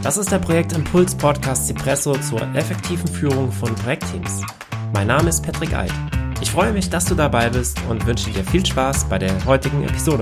Das ist der Projektimpuls-Podcast Cipresso zur effektiven Führung von Projektteams. Mein Name ist Patrick Eid. Ich freue mich, dass du dabei bist und wünsche dir viel Spaß bei der heutigen Episode.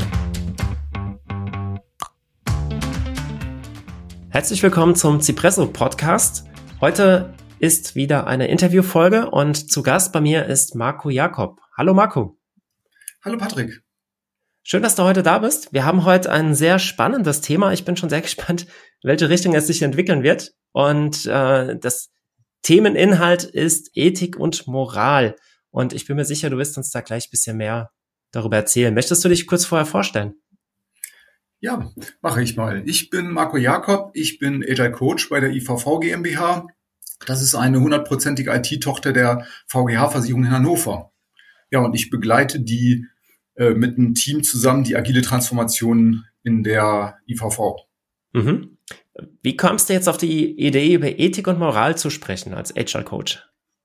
Herzlich willkommen zum Cipresso-Podcast. Heute ist wieder eine Interviewfolge und zu Gast bei mir ist Marco Jakob. Hallo Marco. Hallo Patrick. Schön, dass du heute da bist. Wir haben heute ein sehr spannendes Thema. Ich bin schon sehr gespannt, welche Richtung es sich entwickeln wird. Und das Themeninhalt ist Ethik und Moral. Und ich bin mir sicher, du wirst uns da gleich ein bisschen mehr darüber erzählen. Möchtest du dich kurz vorher vorstellen? Ja, mache ich mal. Ich bin Marco Jakob. Ich bin Agile Coach bei der IVV GmbH. Das ist eine 100%ige IT-Tochter der VGH-Versicherung in Hannover. Ja, und ich begleite die mit einem Team zusammen die agile Transformation in der IVV. Mhm. Wie kommst du jetzt auf die Idee, über Ethik und Moral zu sprechen als Agile Coach?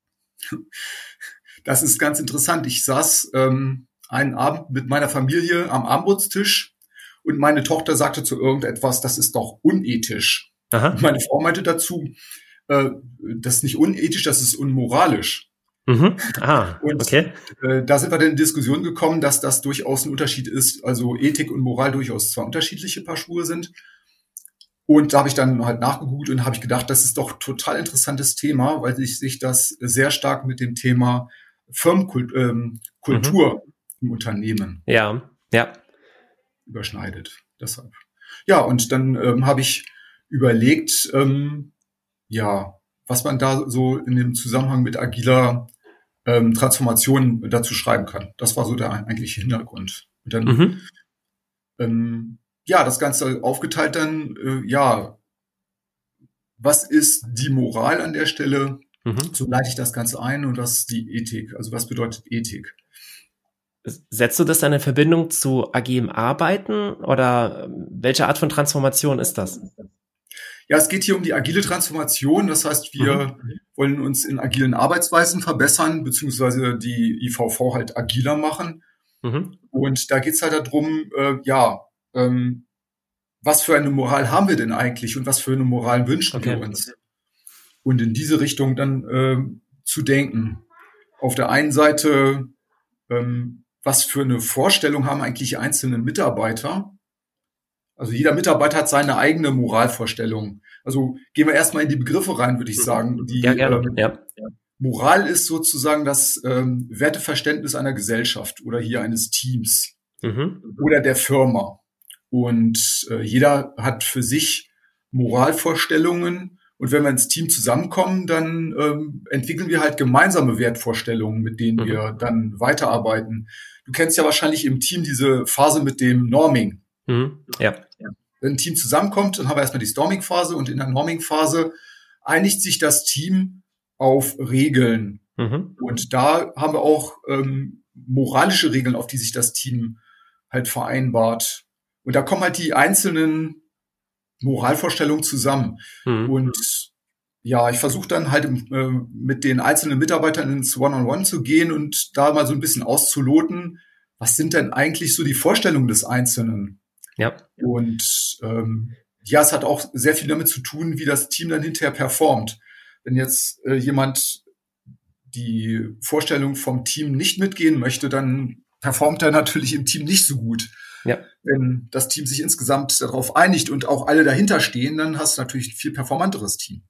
Das ist ganz interessant. Ich saß einen Abend mit meiner Familie am Abendbrotstisch und meine Tochter sagte zu irgendetwas, das ist doch unethisch. Aha. Und meine Frau meinte dazu, das ist nicht unethisch, das ist unmoralisch. Mhm. Ah, und okay. Da sind wir dann in die Diskussion gekommen, dass das durchaus ein Unterschied ist, also Ethik und Moral durchaus zwei unterschiedliche Paar Schuhe sind. Und da habe ich dann halt nachgegoogelt und habe ich gedacht, das ist doch ein total interessantes Thema, weil sich das sehr stark mit dem Thema Firmenkultur im Unternehmen Ja. überschneidet. Deshalb. Ja, und dann habe ich überlegt, was man da so in dem Zusammenhang mit agiler Transformation dazu schreiben kann. Das war so der eigentliche Hintergrund. Und dann, das Ganze aufgeteilt dann, was ist die Moral an der Stelle? So leite ich das Ganze ein und was ist die Ethik? Also was bedeutet Ethik? Setzt du das dann in Verbindung zu agilem Arbeiten oder welche Art von Transformation ist das? Ja, es geht hier um die agile Transformation. Das heißt, wir wollen uns in agilen Arbeitsweisen verbessern, beziehungsweise die IVV halt agiler machen. Und da geht's halt darum, was für eine Moral haben wir denn eigentlich und was für eine Moral wünschen wir uns? Und in diese Richtung dann zu denken. Auf der einen Seite, was für eine Vorstellung haben eigentlich einzelne Mitarbeiter? Also jeder Mitarbeiter hat seine eigene Moralvorstellung. Also gehen wir erstmal in die Begriffe rein, würde ich sagen. Moral ist sozusagen das Werteverständnis einer Gesellschaft oder hier eines Teams oder der Firma. Und jeder hat für sich Moralvorstellungen. Und wenn wir ins Team zusammenkommen, dann entwickeln wir halt gemeinsame Wertvorstellungen, mit denen wir dann weiterarbeiten. Du kennst ja wahrscheinlich im Team diese Phase mit dem Norming. Ja. Wenn ein Team zusammenkommt, dann haben wir erstmal die Storming-Phase und in der Norming-Phase einigt sich das Team auf Regeln. Und da haben wir auch moralische Regeln, auf die sich das Team halt vereinbart. Und da kommen halt die einzelnen Moralvorstellungen zusammen. Und ja, ich versuche dann halt mit den einzelnen Mitarbeitern ins One-on-One zu gehen und da mal so ein bisschen auszuloten, was sind denn eigentlich so die Vorstellungen des Einzelnen? Ja. Und es hat auch sehr viel damit zu tun, wie das Team dann hinterher performt. Wenn jetzt jemand die Vorstellung vom Team nicht mitgehen möchte, dann performt er natürlich im Team nicht so gut. Ja. Wenn das Team sich insgesamt darauf einigt und auch alle dahinter stehen, dann hast du natürlich ein viel performanteres Team.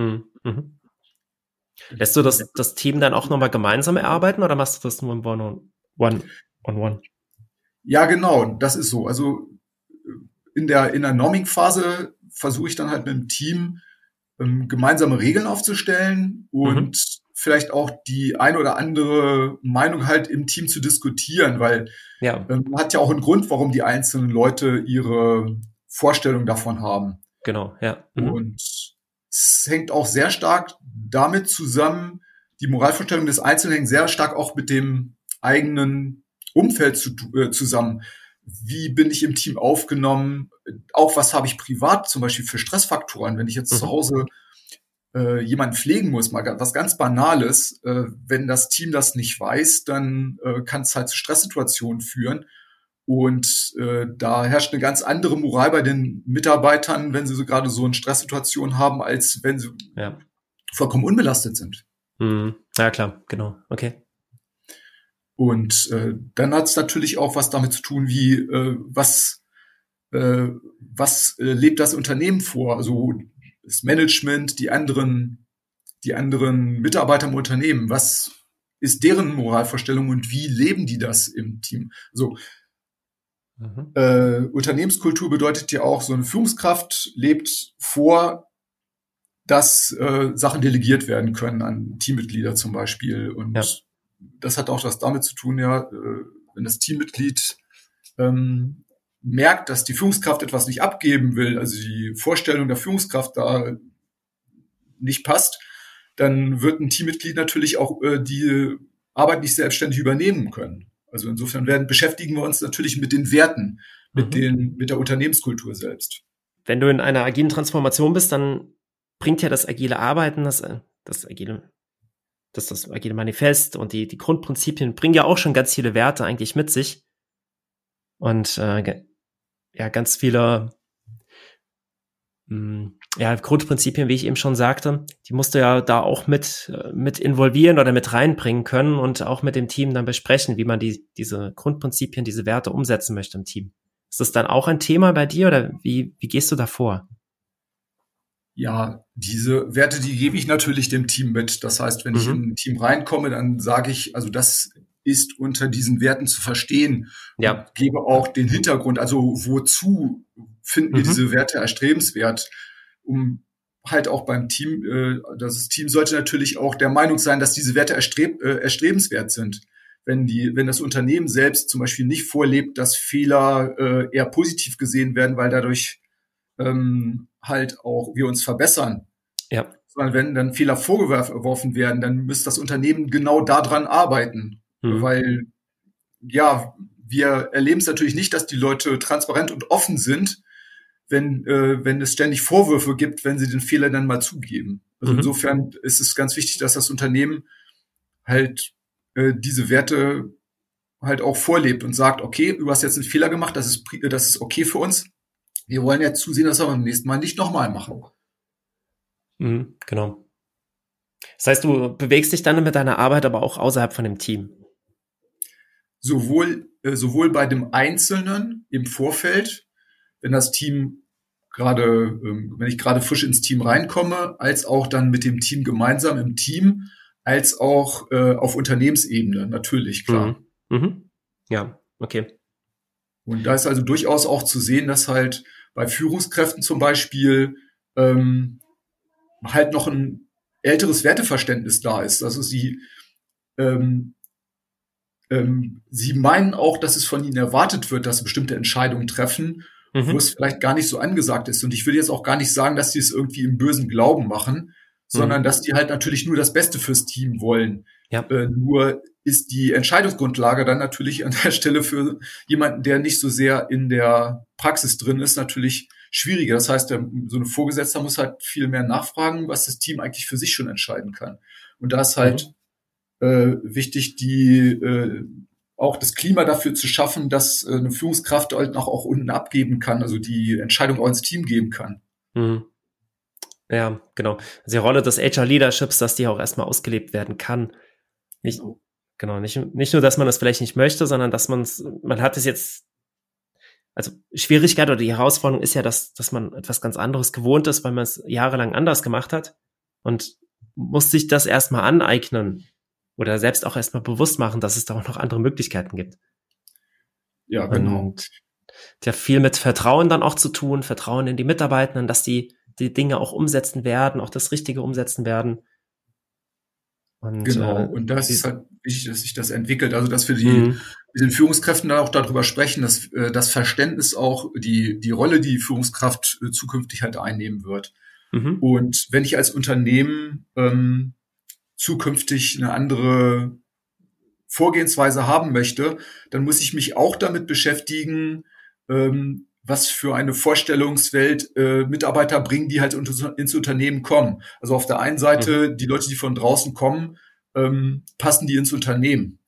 Lässt du das Team dann auch nochmal gemeinsam erarbeiten oder machst du das nur im One-on-One? Ja, genau, das ist so. Also in der Norming-Phase versuche ich dann halt mit dem Team gemeinsame Regeln aufzustellen und vielleicht auch die eine oder andere Meinung halt im Team zu diskutieren, weil man hat ja auch einen Grund, warum die einzelnen Leute ihre Vorstellung davon haben. Genau, ja. Und es hängt auch sehr stark damit zusammen, die Moralvorstellung des Einzelnen hängt sehr stark auch mit dem eigenen Umfeld zusammen. Wie bin ich im Team aufgenommen? Auch was habe ich privat zum Beispiel für Stressfaktoren, wenn ich jetzt zu Hause jemanden pflegen muss, mal was ganz Banales. Wenn das Team das nicht weiß, dann kann es halt zu Stresssituationen führen. Und da herrscht eine ganz andere Moral bei den Mitarbeitern, wenn sie so gerade so eine Stresssituation haben, als wenn sie vollkommen unbelastet sind. Ja, klar, genau, okay. Und dann hat es natürlich auch was damit zu tun, wie was lebt das Unternehmen vor? Also das Management, die anderen Mitarbeiter im Unternehmen, was ist deren Moralvorstellung und wie leben die das im Team? So, Unternehmenskultur bedeutet ja auch, so eine Führungskraft lebt vor, dass Sachen delegiert werden können an Teammitglieder zum Beispiel. Und das hat auch was damit zu tun, wenn das Teammitglied merkt, dass die Führungskraft etwas nicht abgeben will, also die Vorstellung der Führungskraft da nicht passt, dann wird ein Teammitglied natürlich auch die Arbeit nicht selbstständig übernehmen können. Also insofern beschäftigen wir uns natürlich mit den Werten, mit der Unternehmenskultur selbst. Wenn du in einer agilen Transformation bist, dann bringt ja das agile Arbeiten, das agile Manifest und die Grundprinzipien bringen ja auch schon ganz viele Werte eigentlich mit sich. Und ganz viele Grundprinzipien, wie ich eben schon sagte, die musst du ja da auch mit involvieren oder mit reinbringen können und auch mit dem Team dann besprechen, wie man diese Grundprinzipien, diese Werte umsetzen möchte im Team. Ist das dann auch ein Thema bei dir oder wie gehst du da vor? Ja, diese Werte, die gebe ich natürlich dem Team mit. Das heißt, wenn ich in ein Team reinkomme, dann sage ich, also das ist unter diesen Werten zu verstehen. Und gebe auch den Hintergrund, also wozu finden wir diese Werte erstrebenswert, um halt auch beim Team, das Team sollte natürlich auch der Meinung sein, dass diese Werte erstrebenswert sind. Wenn das Unternehmen selbst zum Beispiel nicht vorlebt, dass Fehler eher positiv gesehen werden, weil dadurch halt auch wir uns verbessern. Ja. Sondern wenn dann Fehler vorgeworfen werden, dann müsste das Unternehmen genau daran arbeiten. Weil, wir erleben es natürlich nicht, dass die Leute transparent und offen sind, wenn es ständig Vorwürfe gibt, wenn sie den Fehler dann mal zugeben. Also insofern ist es ganz wichtig, dass das Unternehmen halt diese Werte halt auch vorlebt und sagt, okay, du hast jetzt einen Fehler gemacht, das ist okay für uns. Wir wollen jetzt zusehen, dass wir beim nächsten Mal nicht nochmal machen. Genau. Das heißt, du bewegst dich dann mit deiner Arbeit aber auch außerhalb von dem Team. Sowohl bei dem Einzelnen im Vorfeld, wenn das Team wenn ich gerade frisch ins Team reinkomme, als auch dann mit dem Team gemeinsam im Team, als auch auf Unternehmensebene, natürlich, klar. Ja, okay. Und da ist also durchaus auch zu sehen, dass halt bei Führungskräften zum Beispiel halt noch ein älteres Werteverständnis da ist. Also sie meinen auch, dass es von ihnen erwartet wird, dass sie bestimmte Entscheidungen treffen, wo es vielleicht gar nicht so angesagt ist. Und ich will jetzt auch gar nicht sagen, dass sie es irgendwie im bösen Glauben machen, sondern dass die halt natürlich nur das Beste fürs Team wollen. Ja. Nur ist die Entscheidungsgrundlage dann natürlich an der Stelle für jemanden, der nicht so sehr in der Praxis drin ist, natürlich schwieriger. Das heißt, so ein Vorgesetzter muss halt viel mehr nachfragen, was das Team eigentlich für sich schon entscheiden kann. Und da ist halt wichtig, auch das Klima dafür zu schaffen, dass eine Führungskraft halt auch unten abgeben kann, also die Entscheidung auch ins Team geben kann. Ja, genau. Also die Rolle des HR-Leaderships, dass die auch erstmal ausgelebt werden kann. Nicht nur, dass man das vielleicht nicht möchte, sondern dass man hat es jetzt, also Schwierigkeit oder die Herausforderung ist ja, dass man etwas ganz anderes gewohnt ist, weil man es jahrelang anders gemacht hat und muss sich das erstmal aneignen oder selbst auch erstmal bewusst machen, dass es da auch noch andere Möglichkeiten gibt. Ja, genau. Und ja, viel mit Vertrauen dann auch zu tun, Vertrauen in die Mitarbeitenden, dass die Dinge auch umsetzen werden, auch das Richtige umsetzen werden. Und, genau, und das ist halt wichtig, dass sich das entwickelt, also dass wir mit den Führungskräften dann auch darüber sprechen, dass das Verständnis auch die Rolle, die Führungskraft zukünftig halt einnehmen wird. Und wenn ich als Unternehmen zukünftig eine andere Vorgehensweise haben möchte, dann muss ich mich auch damit beschäftigen, was für eine Vorstellungswelt Mitarbeiter bringen, die halt ins Unternehmen kommen. Also auf der einen Seite, die Leute, die von draußen kommen, passen die ins Unternehmen.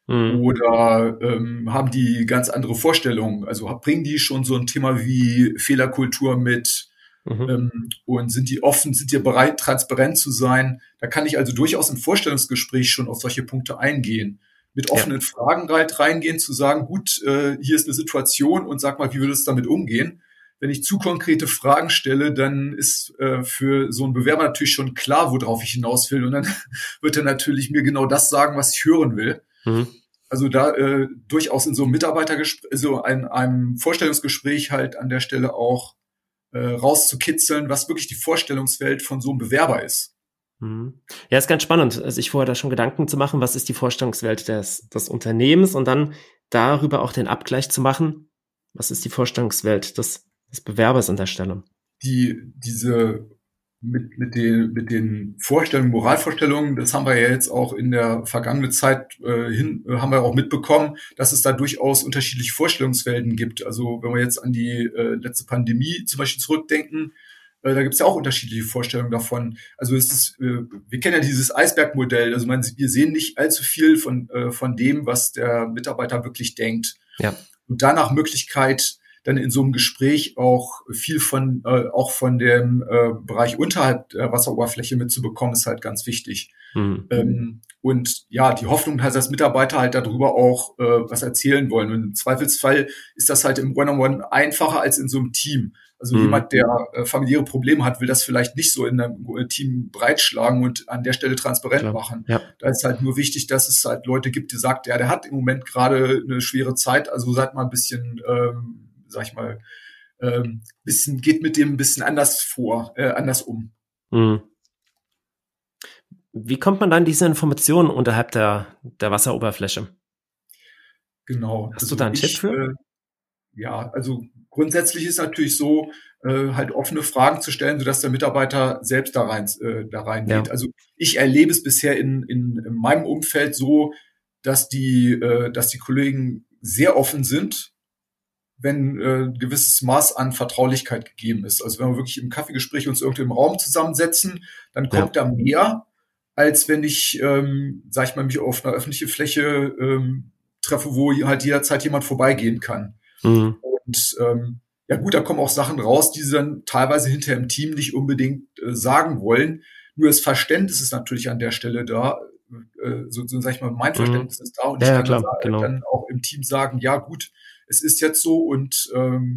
Oder haben die ganz andere Vorstellungen? Also bringen die schon so ein Thema wie Fehlerkultur mit? Und sind die offen, sind die bereit, transparent zu sein? Da kann ich also durchaus im Vorstellungsgespräch schon auf solche Punkte eingehen. Mit offenen Fragen reingehen, zu sagen, gut, hier ist eine Situation und sag mal, wie würdest du damit umgehen? Wenn ich zu konkrete Fragen stelle, dann ist für so einen Bewerber natürlich schon klar, worauf ich hinaus will. Und dann wird er natürlich mir genau das sagen, was ich hören will. Also da durchaus in so einem Mitarbeitergespräch, so einem Vorstellungsgespräch halt an der Stelle auch rauszukitzeln, was wirklich die Vorstellungswelt von so einem Bewerber ist. Ja, ist ganz spannend, sich vorher da schon Gedanken zu machen, was ist die Vorstellungswelt des Unternehmens und dann darüber auch den Abgleich zu machen, was ist die Vorstellungswelt des Bewerbers an der Stelle. Diese mit den Vorstellungen, Moralvorstellungen, das haben wir ja jetzt auch in der vergangenen Zeit haben wir auch mitbekommen, dass es da durchaus unterschiedliche Vorstellungswelten gibt. Also wenn wir jetzt an die letzte Pandemie zum Beispiel zurückdenken, da gibt es ja auch unterschiedliche Vorstellungen davon. Also wir kennen ja dieses Eisbergmodell. Also wir sehen nicht allzu viel von dem, was der Mitarbeiter wirklich denkt. Ja. Und danach Möglichkeit, dann in so einem Gespräch auch viel von dem Bereich unterhalb der Wasseroberfläche mitzubekommen, ist halt ganz wichtig. Und ja, die Hoffnung halt, dass Mitarbeiter halt darüber auch was erzählen wollen. Und im Zweifelsfall ist das halt im One-on-One einfacher als in so einem Team. Also jemand, der familiäre Probleme hat, will das vielleicht nicht so in einem Team breitschlagen und an der Stelle transparent machen. Ja. Da ist halt nur wichtig, dass es halt Leute gibt, die sagt, ja, der hat im Moment gerade eine schwere Zeit, also seid mal ein bisschen sag ich mal, geht mit dem ein bisschen anders um. Wie kommt man dann diese Informationen unterhalb der Wasseroberfläche? Genau. Hast du da einen Tipp für? Ja, also grundsätzlich ist natürlich so, halt offene Fragen zu stellen, sodass der Mitarbeiter selbst da reingeht. Ja. Also ich erlebe es bisher in meinem Umfeld so, dass die Kollegen sehr offen sind, wenn ein gewisses Maß an Vertraulichkeit gegeben ist. Also wenn wir wirklich im Kaffeegespräch uns irgendwie im Raum zusammensetzen, dann kommt da mehr, als wenn ich, sag ich mal, mich auf einer öffentlichen Fläche treffe, wo halt jederzeit jemand vorbeigehen kann. Und ja gut, da kommen auch Sachen raus, die sie dann teilweise hinter im Team nicht unbedingt sagen wollen. Nur das Verständnis ist natürlich an der Stelle da. So sag ich mal, mein Verständnis ist da und ich kann dann auch im Team sagen, ja gut, es ist jetzt so und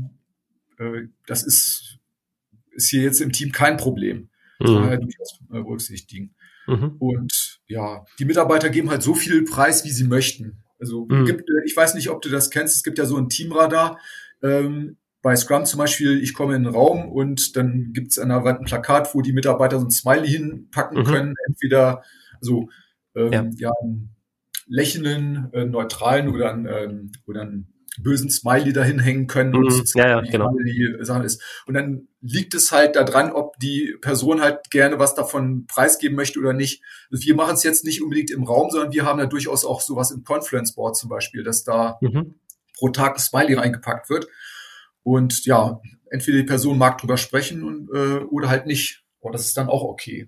das ist hier jetzt im Team kein Problem. Das kann man ja durchaus berücksichtigen. Und ja, die Mitarbeiter geben halt so viel Preis, wie sie möchten. Also ich weiß nicht, ob du das kennst, es gibt ja so ein Teamradar. Bei Scrum zum Beispiel, ich komme in den Raum und dann gibt es an der Wand ein Plakat, wo die Mitarbeiter so ein Smiley hinpacken können. Entweder so einen lächelnden, neutralen oder einen bösen Smiley dahin hängen können. Genau. Die Sache ist. Und dann liegt es halt daran, ob die Person halt gerne was davon preisgeben möchte oder nicht. Also wir machen es jetzt nicht unbedingt im Raum, sondern wir haben ja durchaus auch sowas im Confluence Board zum Beispiel, dass da pro Tag ein Smiley reingepackt wird. Und ja, entweder die Person mag drüber sprechen oder halt nicht. Und das ist dann auch okay.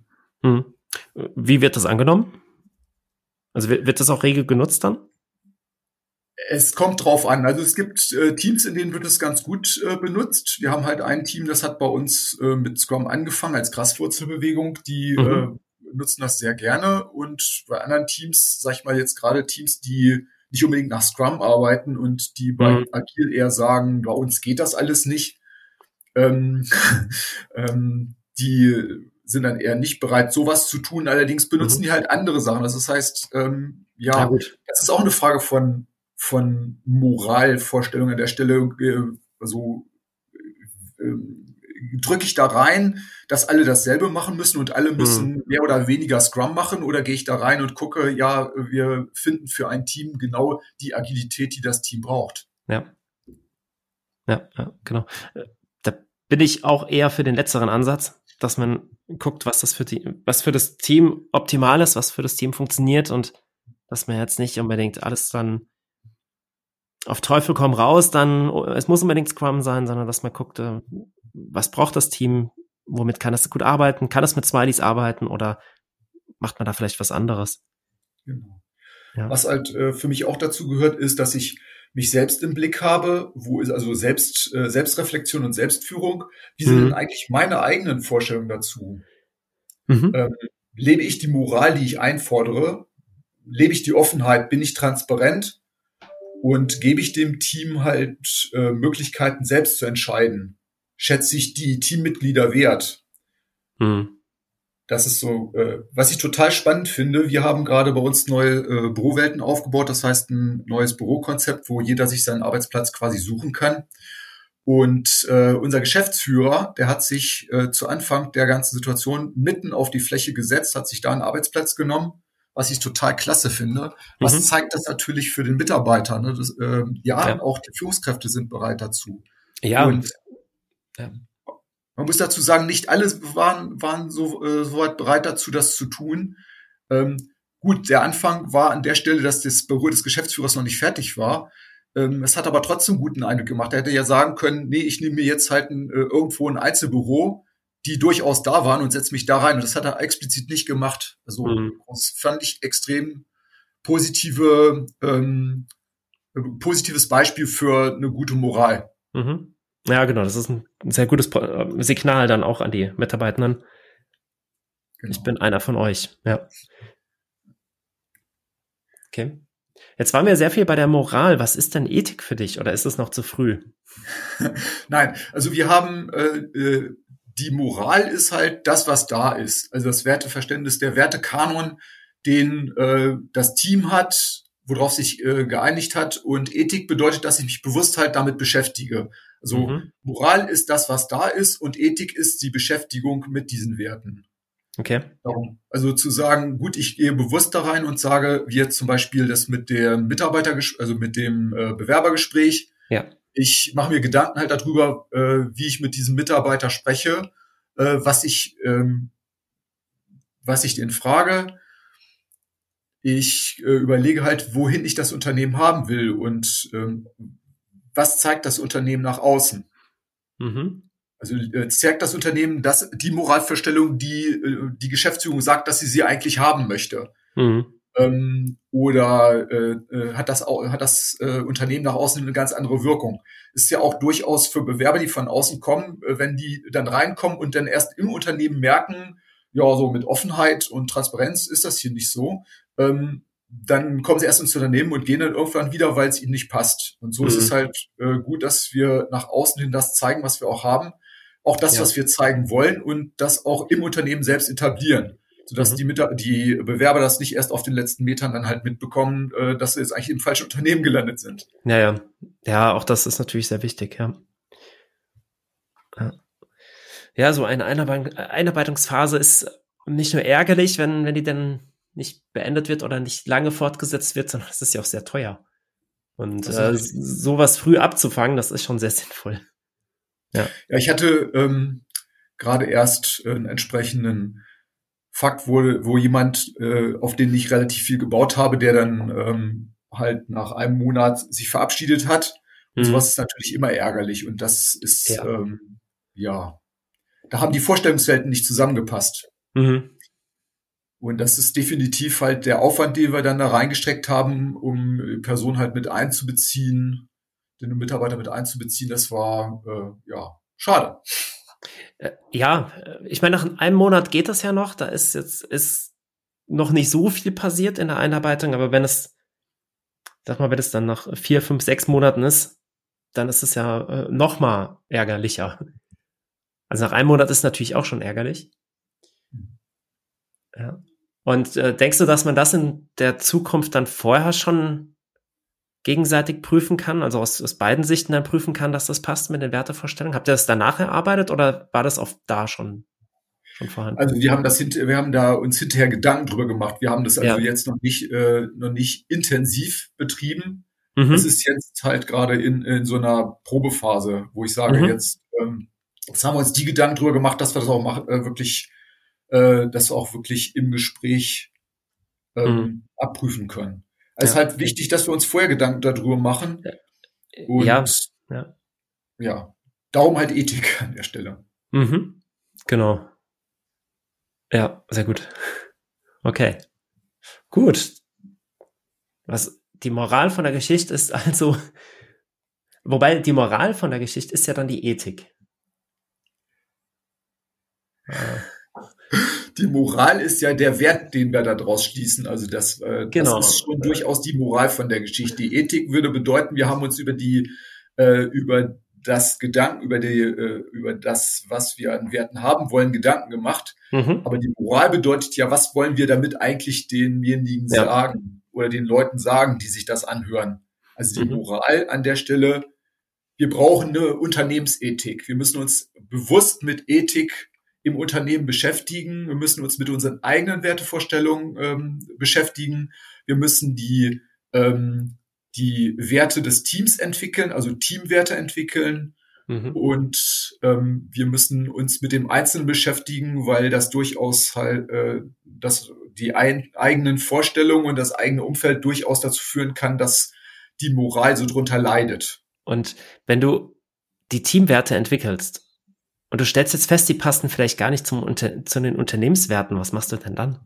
Wie wird das angenommen? Also wird das auch rege genutzt dann? Es kommt drauf an. Also es gibt Teams, in denen wird es ganz gut benutzt. Wir haben halt ein Team, das hat bei uns mit Scrum angefangen als Graswurzelbewegung. Die nutzen das sehr gerne. Und bei anderen Teams, sag ich mal jetzt gerade Teams, die nicht unbedingt nach Scrum arbeiten und die bei Agil eher sagen, bei uns geht das alles nicht, die sind dann eher nicht bereit, sowas zu tun. Allerdings benutzen die halt andere Sachen. Also das heißt, das ist auch eine Frage von Moralvorstellungen an der Stelle. Also drücke ich da rein, dass alle dasselbe machen müssen und alle müssen mehr oder weniger Scrum machen, oder gehe ich da rein und gucke, ja, wir finden für ein Team genau die Agilität, die das Team braucht. Ja, genau. Da bin ich auch eher für den letzteren Ansatz, dass man guckt, was für das Team optimal ist, was für das Team funktioniert, und dass man jetzt nicht unbedingt alles dann auf Teufel komm raus, dann es muss unbedingt Scrum sein, sondern dass man guckt, was braucht das Team, womit kann es gut arbeiten, kann es mit Smileys arbeiten oder macht man da vielleicht was anderes? Genau. Ja. Was halt für mich auch dazu gehört, ist, dass ich mich selbst im Blick habe, wo ist also Selbstreflexion und Selbstführung. Wie sind denn eigentlich meine eigenen Vorstellungen dazu? Mhm. Lebe ich die Moral, die ich einfordere? Lebe ich die Offenheit? Bin ich transparent? Und gebe ich dem Team halt Möglichkeiten, selbst zu entscheiden? Schätze ich die Teammitglieder wert? Mhm. Das ist so, was ich total spannend finde. Wir haben gerade bei uns neue Bürowelten aufgebaut. Das heißt, ein neues Bürokonzept, wo jeder sich seinen Arbeitsplatz quasi suchen kann. Und unser Geschäftsführer, der hat sich zu Anfang der ganzen Situation mitten auf die Fläche gesetzt, hat sich da einen Arbeitsplatz genommen, was ich total klasse finde. Was zeigt das natürlich für den Mitarbeiter? Ne? Ja, auch die Führungskräfte sind bereit dazu. Ja. Und man muss dazu sagen, nicht alle waren so weit bereit dazu, das zu tun. Gut, der Anfang war an der Stelle, dass das Büro des Geschäftsführers noch nicht fertig war. Es hat aber trotzdem guten Eindruck gemacht. Er hätte ja sagen können, nee, ich nehme mir jetzt halt irgendwo ein Einzelbüro, die durchaus da waren und setze mich da rein. Und das hat er explizit nicht gemacht. Also das fand ich extrem positives Beispiel für eine gute Moral. Mhm. Ja, genau. Das ist ein sehr gutes Signal dann auch an die Mitarbeitenden. Genau. Ich bin einer von euch. Ja. Okay. Jetzt waren wir sehr viel bei der Moral. Was ist denn Ethik für dich? Oder ist es noch zu früh? Nein, also wir haben die Moral ist halt das, was da ist. Also das Werteverständnis, der Wertekanon, den das Team hat, worauf sich geeinigt hat. Und Ethik bedeutet, dass ich mich bewusst halt damit beschäftige. Also Moral ist das, was da ist, und Ethik ist die Beschäftigung mit diesen Werten. Okay. Also zu sagen, gut, ich gehe bewusst da rein und sage, wie jetzt zum Beispiel das mit dem also mit dem Bewerbergespräch. Ja. Ich mache mir Gedanken halt darüber, wie ich mit diesem Mitarbeiter spreche, was ich den frage. Ich überlege halt, wohin ich das Unternehmen haben will und was zeigt das Unternehmen nach außen. Also zeigt das Unternehmen die Moralvorstellung, die Geschäftsführung sagt, dass sie eigentlich haben möchte. Oder hat das Unternehmen nach außen eine ganz andere Wirkung? Ist ja auch durchaus für Bewerber, die von außen kommen, wenn die dann reinkommen und dann erst im Unternehmen merken, ja, so mit Offenheit und Transparenz ist das hier nicht so, dann kommen sie erst ins Unternehmen und gehen dann irgendwann wieder, weil es ihnen nicht passt. Und so ist es halt gut, dass wir nach außen hin das zeigen, was wir auch haben, auch das, was wir zeigen wollen, und das auch im Unternehmen selbst etablieren, sodass die Bewerber das nicht erst auf den letzten Metern dann halt mitbekommen, dass sie jetzt eigentlich im falschen Unternehmen gelandet sind. Ja, auch das ist natürlich sehr wichtig, ja. Ja, so eine Einarbeitungsphase ist nicht nur ärgerlich, wenn die dann nicht beendet wird oder nicht lange fortgesetzt wird, sondern es ist ja auch sehr teuer. Und sowas früh abzufangen, das ist schon sehr sinnvoll. Ja, ich hatte gerade erst einen entsprechenden Fakt, wo jemand, auf den ich relativ viel gebaut habe, der dann halt nach einem Monat sich verabschiedet hat. Und sowas ist natürlich immer ärgerlich. Und das ist, da haben die Vorstellungswelten nicht zusammengepasst. Und das ist definitiv halt der Aufwand, den wir dann da reingesteckt haben, um Personen halt mit einzubeziehen, den Mitarbeiter mit einzubeziehen. Das war, schade. Ja, ich meine, nach einem Monat geht das ja noch. Da ist noch nicht so viel passiert in der Einarbeitung. Aber wenn es dann nach 4, 5, 6 Monaten ist, dann ist es ja noch mal ärgerlicher. Also nach einem Monat ist natürlich auch schon ärgerlich. Ja. Und denkst du, dass man das in der Zukunft dann vorher schon gegenseitig prüfen kann, also aus beiden Sichten dann prüfen kann, dass das passt mit den Wertevorstellungen? Habt ihr das danach erarbeitet oder war das auch da schon vorhanden? Also wir haben da uns hinterher Gedanken drüber gemacht. Wir haben das also jetzt noch nicht intensiv betrieben. Das ist jetzt halt gerade in so einer Probephase, wo ich sage, jetzt haben wir uns die Gedanken drüber gemacht, dass wir das auch wirklich im Gespräch abprüfen können. Es ist halt wichtig, dass wir uns vorher Gedanken darüber machen. Und darum halt Ethik an der Stelle. Genau. Ja, sehr gut. Okay. Gut. Was die Moral von der Geschichte ist also, wobei die Moral von der Geschichte ist ja dann die Ethik. Die Moral ist ja der Wert, den wir daraus schließen. Also das ist schon durchaus die Moral von der Geschichte. Die Ethik würde bedeuten, wir haben uns über das, was wir an Werten haben wollen, Gedanken gemacht. Aber die Moral bedeutet ja, was wollen wir damit eigentlich denjenigen sagen oder den Leuten sagen, die sich das anhören. Also die Moral an der Stelle, wir brauchen eine Unternehmensethik. Wir müssen uns bewusst mit Ethik im Unternehmen beschäftigen. Wir müssen uns mit unseren eigenen Wertevorstellungen beschäftigen. Wir müssen die Werte des Teams entwickeln, also Teamwerte entwickeln. Und wir müssen uns mit dem Einzelnen beschäftigen, weil das durchaus halt die eigenen Vorstellungen und das eigene Umfeld durchaus dazu führen kann, dass die Moral so drunter leidet. Und wenn du die Teamwerte entwickelst und du stellst jetzt fest, die passen vielleicht gar nicht zu den Unternehmenswerten, was machst du denn dann?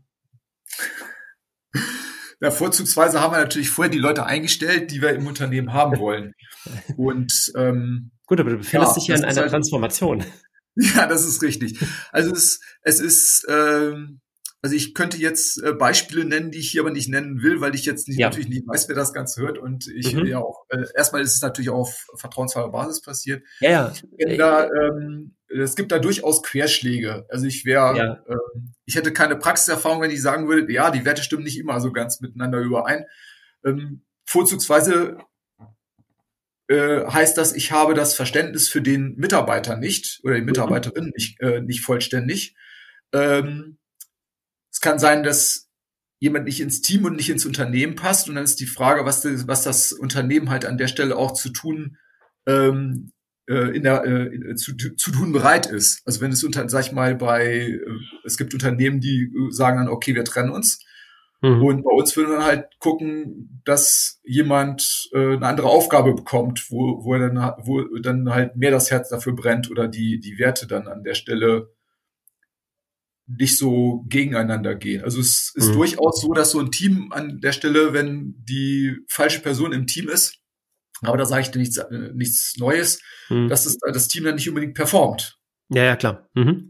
Ja, vorzugsweise haben wir natürlich vorher die Leute eingestellt, die wir im Unternehmen haben wollen. Und gut, aber du befindest dich ja in einer Transformation. Ja, das ist richtig. Also also ich könnte jetzt Beispiele nennen, die ich hier aber nicht nennen will, weil ich jetzt natürlich nicht weiß, wer das Ganze hört. Und ich erstmal ist es natürlich auch auf vertrauensvoller Basis passiert. Es gibt da durchaus Querschläge. Also ich hätte keine Praxiserfahrung, wenn ich sagen würde, ja, die Werte stimmen nicht immer so ganz miteinander überein. Vorzugsweise heißt das, ich habe das Verständnis für den Mitarbeiter nicht oder die Mitarbeiterin nicht vollständig. Es kann sein, dass jemand nicht ins Team und nicht ins Unternehmen passt. Und dann ist die Frage, was das Unternehmen halt an der Stelle auch zu tun zu tun bereit ist. Also wenn es es gibt Unternehmen, die sagen dann, okay, wir trennen uns. Und bei uns würden wir halt gucken, dass jemand eine andere Aufgabe bekommt, wo dann halt mehr das Herz dafür brennt oder die Werte dann an der Stelle nicht so gegeneinander gehen. Also es ist durchaus so, dass so ein Team an der Stelle, wenn die falsche Person im Team ist, aber da sage ich dir nichts Neues, dass das Team dann nicht unbedingt performt. Ja, klar.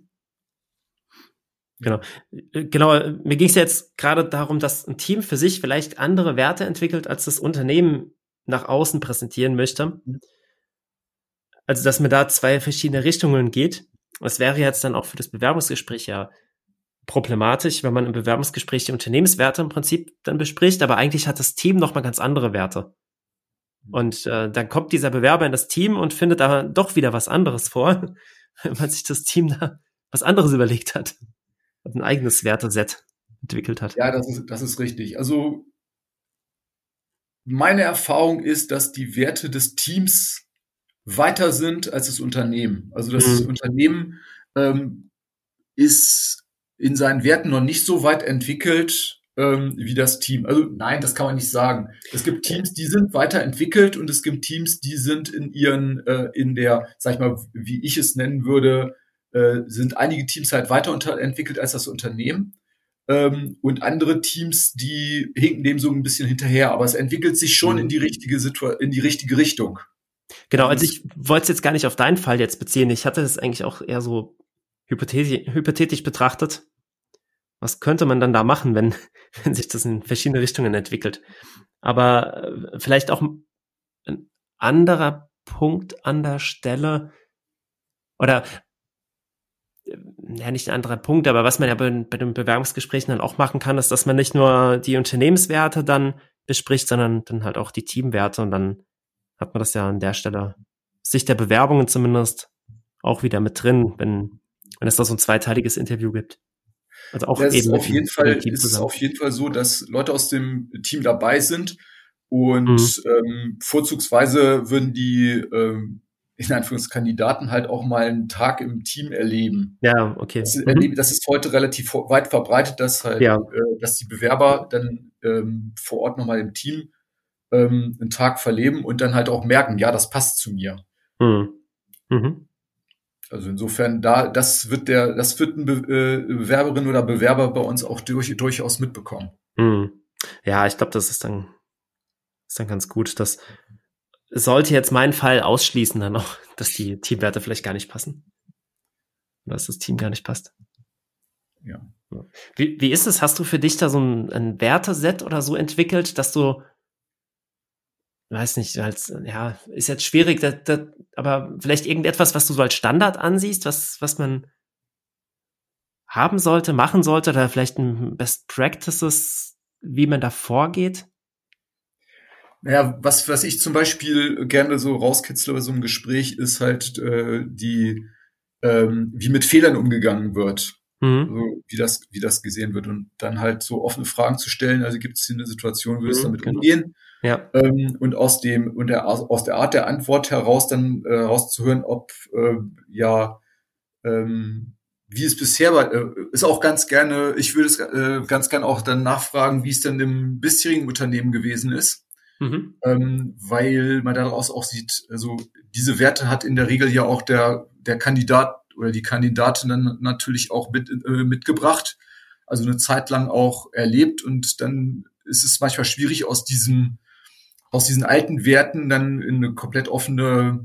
Genau. Mir ging es jetzt gerade darum, dass ein Team für sich vielleicht andere Werte entwickelt, als das Unternehmen nach außen präsentieren möchte. Also, dass man da zwei verschiedene Richtungen geht. Das wäre jetzt dann auch für das Bewerbungsgespräch ja problematisch, wenn man im Bewerbungsgespräch die Unternehmenswerte im Prinzip dann bespricht, aber eigentlich hat das Team nochmal ganz andere Werte. Und dann kommt dieser Bewerber in das Team und findet aber doch wieder was anderes vor, weil sich das Team da was anderes überlegt hat und ein eigenes Werteset entwickelt hat. Ja, das ist richtig. Also meine Erfahrung ist, dass die Werte des Teams weiter sind als das Unternehmen. Also das Unternehmen ist in seinen Werten noch nicht so weit entwickelt wie das Team. Also nein, das kann man nicht sagen. Es gibt Teams, die sind weiterentwickelt und es gibt Teams, die sind in der, sag ich mal, wie ich es nennen würde, sind einige Teams halt weiterentwickelt als das Unternehmen. Und andere Teams, die hinken dem so ein bisschen hinterher, aber es entwickelt sich schon in die richtige Richtung. Genau, also ich wollte es jetzt gar nicht auf deinen Fall jetzt beziehen. Ich hatte das eigentlich auch eher so hypothetisch betrachtet. Was könnte man dann da machen, wenn sich das in verschiedene Richtungen entwickelt? Aber vielleicht auch ein anderer Punkt an der Stelle oder ja, nicht ein anderer Punkt, aber was man ja bei den Bewerbungsgesprächen dann auch machen kann, ist, dass man nicht nur die Unternehmenswerte dann bespricht, sondern dann halt auch die Teamwerte und dann hat man das ja an der Stelle, Sicht der Bewerbungen zumindest, auch wieder mit drin, wenn es da so ein zweiteiliges Interview gibt. Also auch das eben ist auf jeden Fall so, dass Leute aus dem Team dabei sind und vorzugsweise würden die in Anführungskandidaten halt auch mal einen Tag im Team erleben. Ja, okay. Das ist heute relativ weit verbreitet, dass halt, dass die Bewerber dann vor Ort nochmal im Team einen Tag verleben und dann halt auch merken, ja, das passt zu mir. Also insofern, das wird eine Bewerberin oder Bewerber bei uns auch durchaus mitbekommen. Ja, ich glaube, das ist dann ist dann ganz gut. Das sollte jetzt mein Fall ausschließen dann auch, dass die Teamwerte vielleicht gar nicht passen. Oder dass das Team gar nicht passt. Ja. Wie ist es? Hast du für dich da so ein Werteset oder so entwickelt, dass du, weiß nicht, ja, ist jetzt schwierig, aber vielleicht irgendetwas, was du so als Standard ansiehst, was man haben sollte, machen sollte, oder vielleicht ein Best Practices, wie man da vorgeht? Naja, was ich zum Beispiel gerne so rauskitzle bei so einem Gespräch, ist halt wie mit Fehlern umgegangen wird. Also, wie das gesehen wird und dann halt so offene Fragen zu stellen. Also gibt es hier eine Situation, würdest du damit umgehen? Ja. Und aus der Art der Antwort heraus dann rauszuhören, ob wie es bisher war, ist auch ganz gerne, ich würde es ganz gerne auch dann nachfragen, wie es denn im bisherigen Unternehmen gewesen ist. Weil man daraus auch sieht, also diese Werte hat in der Regel ja auch der Kandidat oder die Kandidatin dann natürlich auch mitgebracht, also eine Zeit lang auch erlebt, und dann ist es manchmal schwierig, aus diesen alten Werten dann in eine komplett offenes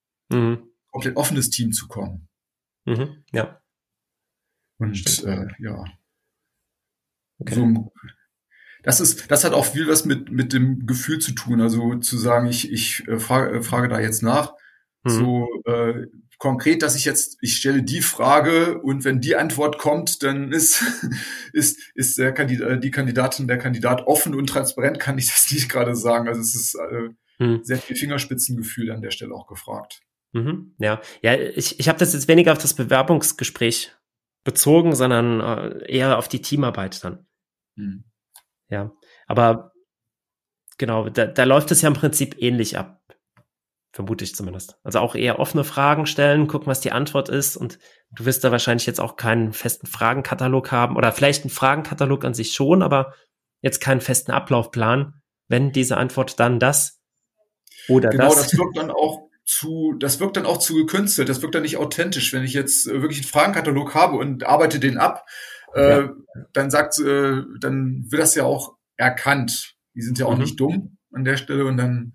Team zu kommen. Ja. Und ja. Okay. So, das hat auch viel was mit dem Gefühl zu tun. Also zu sagen, ich frage da jetzt nach. So konkret, dass ich stelle die Frage, und wenn die Antwort kommt, dann ist der die Kandidatin, der Kandidat offen und transparent, kann ich das nicht gerade sagen. Also es ist sehr viel Fingerspitzengefühl an der Stelle auch gefragt. Ja, ich habe das jetzt weniger auf das Bewerbungsgespräch bezogen, sondern eher auf die Teamarbeit dann. Ja, aber genau, da läuft es ja im Prinzip ähnlich ab. Vermute ich zumindest. Also auch eher offene Fragen stellen, gucken, was die Antwort ist, und du wirst da wahrscheinlich jetzt auch keinen festen Fragenkatalog haben, oder vielleicht einen Fragenkatalog an sich schon, aber jetzt keinen festen Ablaufplan, wenn diese Antwort dann das oder genau, das. Das wirkt dann auch zu gekünstelt, das wirkt dann nicht authentisch. Wenn ich jetzt wirklich einen Fragenkatalog habe und arbeite den ab, dann wird das ja auch erkannt. Die sind ja auch nicht dumm an der Stelle, und dann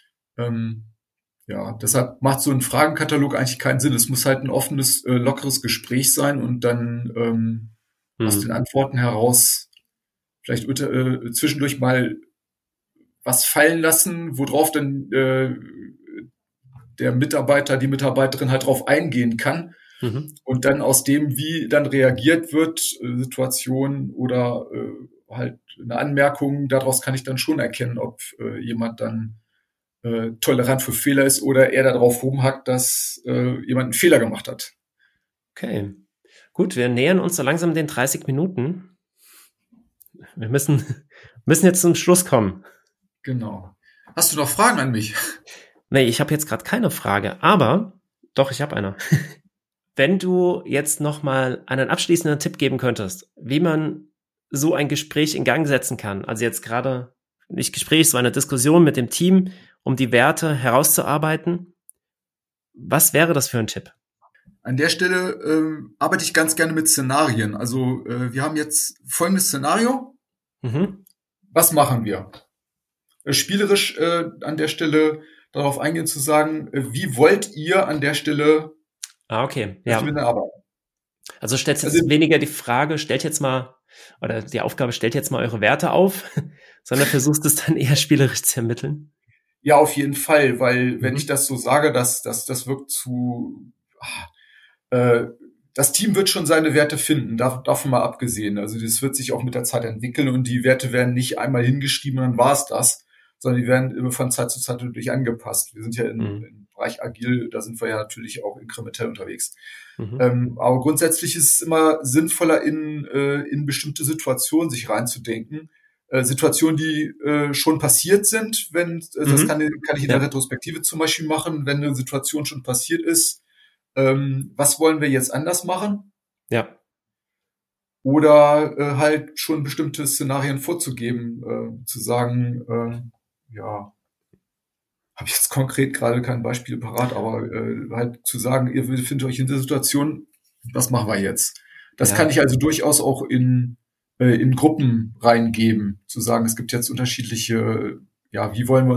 deshalb macht so ein Fragenkatalog eigentlich keinen Sinn. Es muss halt ein offenes, lockeres Gespräch sein, und dann aus den Antworten heraus vielleicht zwischendurch mal was fallen lassen, worauf dann der Mitarbeiter, die Mitarbeiterin halt drauf eingehen kann. Und dann aus dem, wie dann reagiert wird, Situation oder halt eine Anmerkung, daraus kann ich dann schon erkennen, ob jemand dann tolerant für Fehler ist oder er darauf rumhackt, dass jemand einen Fehler gemacht hat. Okay, gut, wir nähern uns so langsam den 30 Minuten. Wir müssen jetzt zum Schluss kommen. Genau. Hast du noch Fragen an mich? Nee, ich habe jetzt gerade keine Frage, aber doch, ich habe eine. Wenn du jetzt noch mal einen abschließenden Tipp geben könntest, wie man so ein Gespräch in Gang setzen kann, also jetzt gerade nicht Gespräch, so eine Diskussion mit dem Team, um die Werte herauszuarbeiten, was wäre das für ein Tipp? An der Stelle arbeite ich ganz gerne mit Szenarien. Also wir haben jetzt folgendes Szenario. Was machen wir? Spielerisch an der Stelle darauf eingehen zu sagen, wie wollt ihr an der Stelle okay, ja. arbeiten? Also stellt jetzt weniger die Frage, stellt jetzt mal eure Werte auf, sondern versuchst es dann eher spielerisch zu ermitteln. Ja, auf jeden Fall, weil wenn ich das so sage, das wirkt zu das Team wird schon seine Werte finden, davon mal abgesehen. Also das wird sich auch mit der Zeit entwickeln, und die Werte werden nicht einmal hingeschrieben und dann war es das, sondern die werden immer von Zeit zu Zeit natürlich angepasst. Wir sind ja im Bereich Agil, da sind wir ja natürlich auch inkrementell unterwegs. Aber grundsätzlich ist es immer sinnvoller, in bestimmte Situationen sich reinzudenken. Situationen, die schon passiert sind, das kann ich in der Retrospektive zum Beispiel machen, wenn eine Situation schon passiert ist. Was wollen wir jetzt anders machen? Ja. Oder halt schon bestimmte Szenarien vorzugeben, zu sagen, habe ich jetzt konkret gerade kein Beispiel parat, aber halt zu sagen, ihr befindet euch in der Situation, was machen wir jetzt? Das kann ich also durchaus auch in Gruppen reingeben, zu sagen, es gibt jetzt unterschiedliche ja, wie wollen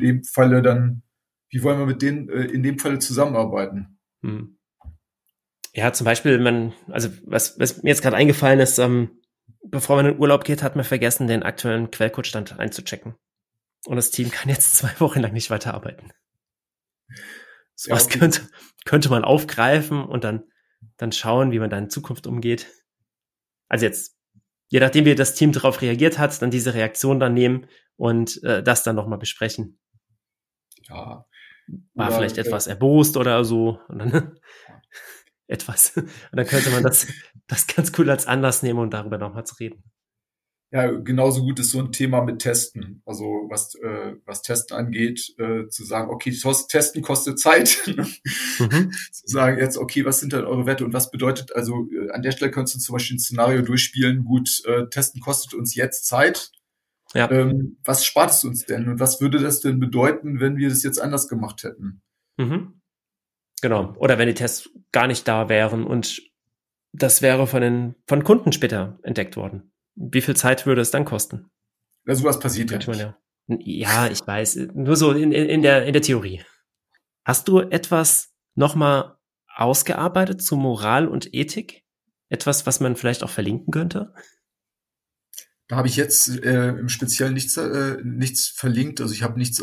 wir mit denen in dem Falle zusammenarbeiten? Ja, zum Beispiel, was mir jetzt gerade eingefallen ist, bevor man in den Urlaub geht, hat man vergessen, den aktuellen Quellcodestand einzuchecken. Und das Team kann jetzt 2 Wochen lang nicht weiterarbeiten. Sowas könnte man aufgreifen und dann schauen, wie man da in Zukunft umgeht. Also jetzt, je nachdem, wie das Team darauf reagiert hat, dann diese Reaktion dann nehmen und das dann nochmal besprechen. Ja. War vielleicht etwas erbost oder so. Und dann etwas. Und dann könnte man das ganz cool als Anlass nehmen, um darüber nochmal zu reden. Ja, genauso gut ist so ein Thema mit Testen. Also was Testen angeht, zu sagen, okay, Testen kostet Zeit. Zu sagen jetzt, okay, was sind denn eure Werte und was bedeutet, also an der Stelle könntest du zum Beispiel ein Szenario durchspielen, gut, Testen kostet uns jetzt Zeit. Ja. Was spart es uns denn und was würde das denn bedeuten, wenn wir das jetzt anders gemacht hätten? Genau. Oder wenn die Tests gar nicht da wären und das wäre von Kunden später entdeckt worden. Wie viel Zeit würde es dann kosten? Ja, sowas passiert ja nicht. Ja, ich weiß. Nur so in der Theorie. Hast du etwas nochmal ausgearbeitet zu Moral und Ethik? Etwas, was man vielleicht auch verlinken könnte? Da habe ich jetzt im Speziellen nichts verlinkt. Also ich habe nichts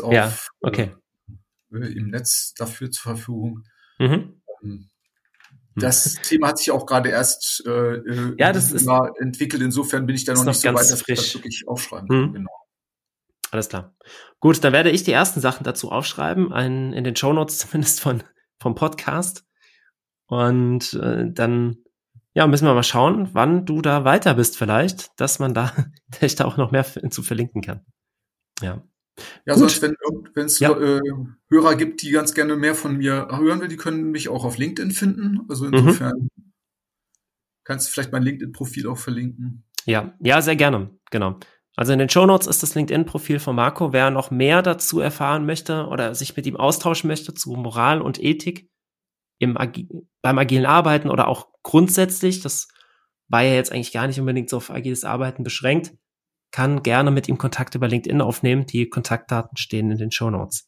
im Netz dafür zur Verfügung. Das Thema hat sich auch gerade erst entwickelt. Insofern bin ich da noch nicht so weit, dass ich das wirklich aufschreiben kann. Genau. Alles klar. Gut, dann werde ich die ersten Sachen dazu aufschreiben, in den Shownotes zumindest vom Podcast. Und dann müssen wir mal schauen, wann du da weiter bist vielleicht, dass ich da auch noch mehr zu verlinken kann. Ja. Ja, gut. Sonst, wenn es Hörer gibt, die ganz gerne mehr von mir hören will, die können mich auch auf LinkedIn finden. Also insofern kannst du vielleicht mein LinkedIn-Profil auch verlinken. Ja, sehr gerne, genau. Also in den Shownotes ist das LinkedIn-Profil von Marco. Wer noch mehr dazu erfahren möchte oder sich mit ihm austauschen möchte zu Moral und Ethik beim agilen Arbeiten oder auch grundsätzlich, das war ja jetzt eigentlich gar nicht unbedingt so auf agiles Arbeiten beschränkt, kann gerne mit ihm Kontakt über LinkedIn aufnehmen. Die Kontaktdaten stehen in den Shownotes.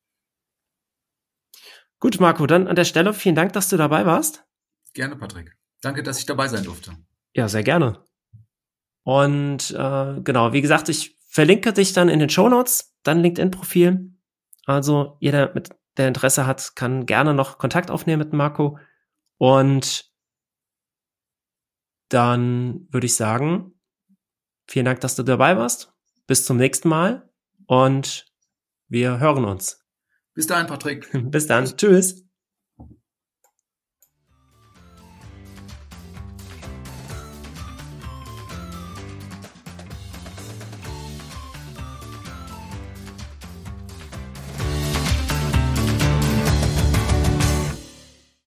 Gut, Marco, dann an der Stelle vielen Dank, dass du dabei warst. Gerne, Patrick. Danke, dass ich dabei sein durfte. Ja, sehr gerne. Und genau, wie gesagt, ich verlinke dich dann in den Shownotes, dein LinkedIn-Profil. Also jeder, der Interesse hat, kann gerne noch Kontakt aufnehmen mit Marco. Und dann würde ich sagen, vielen Dank, dass du dabei warst. Bis zum nächsten Mal und wir hören uns. Bis dahin, Patrick. Bis dann. Tschüss.